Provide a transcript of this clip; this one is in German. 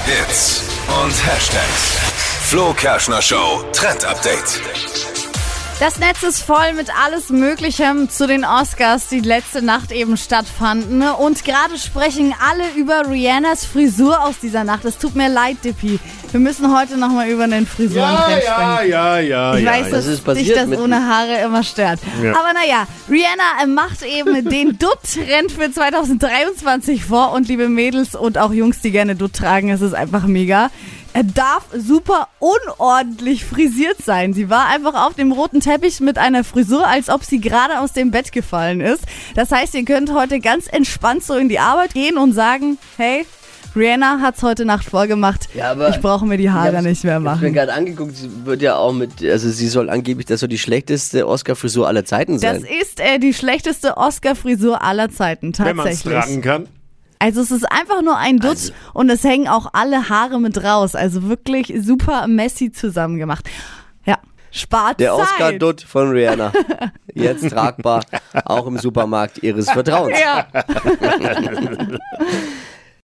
Hits und Hashtags. Flo Kerschner Show Trend Update. Das Netz ist voll mit alles Möglichem zu den Oscars, die letzte Nacht eben stattfanden. Und gerade sprechen alle über Rihannas Frisur aus dieser Nacht. Es tut mir leid, Dippi. Wir müssen heute nochmal über einen Frisurentrend sprechen. Ja. Ich weiß, dass dich das ohne Haare immer stört. Ja. Aber naja, Rihanna macht eben den Dutt-Trend für 2023 vor. Und liebe Mädels und auch Jungs, die gerne Dutt tragen, es ist einfach mega. Er darf super unordentlich frisiert sein. Sie war einfach auf dem roten Teppich mit einer Frisur, als ob sie gerade aus dem Bett gefallen ist. Das heißt, ihr könnt heute ganz entspannt so in die Arbeit gehen und sagen, hey, Rihanna hat's heute Nacht vorgemacht. Ja, aber ich brauche mir die Haare nicht mehr machen. Ich bin gerade angeguckt, sie wird ja auch sie soll angeblich das so die schlechteste Oscar-Frisur aller Zeiten sein. Das ist die schlechteste Oscar-Frisur aller Zeiten, tatsächlich. Wenn man es tragen kann. Also es ist einfach nur ein Dutt und es hängen auch alle Haare mit raus. Also wirklich super messy zusammen gemacht. Ja, spart Der Zeit. Oscar-Dutt von Rihanna. Jetzt tragbar, auch im Supermarkt ihres Vertrauens. Ja.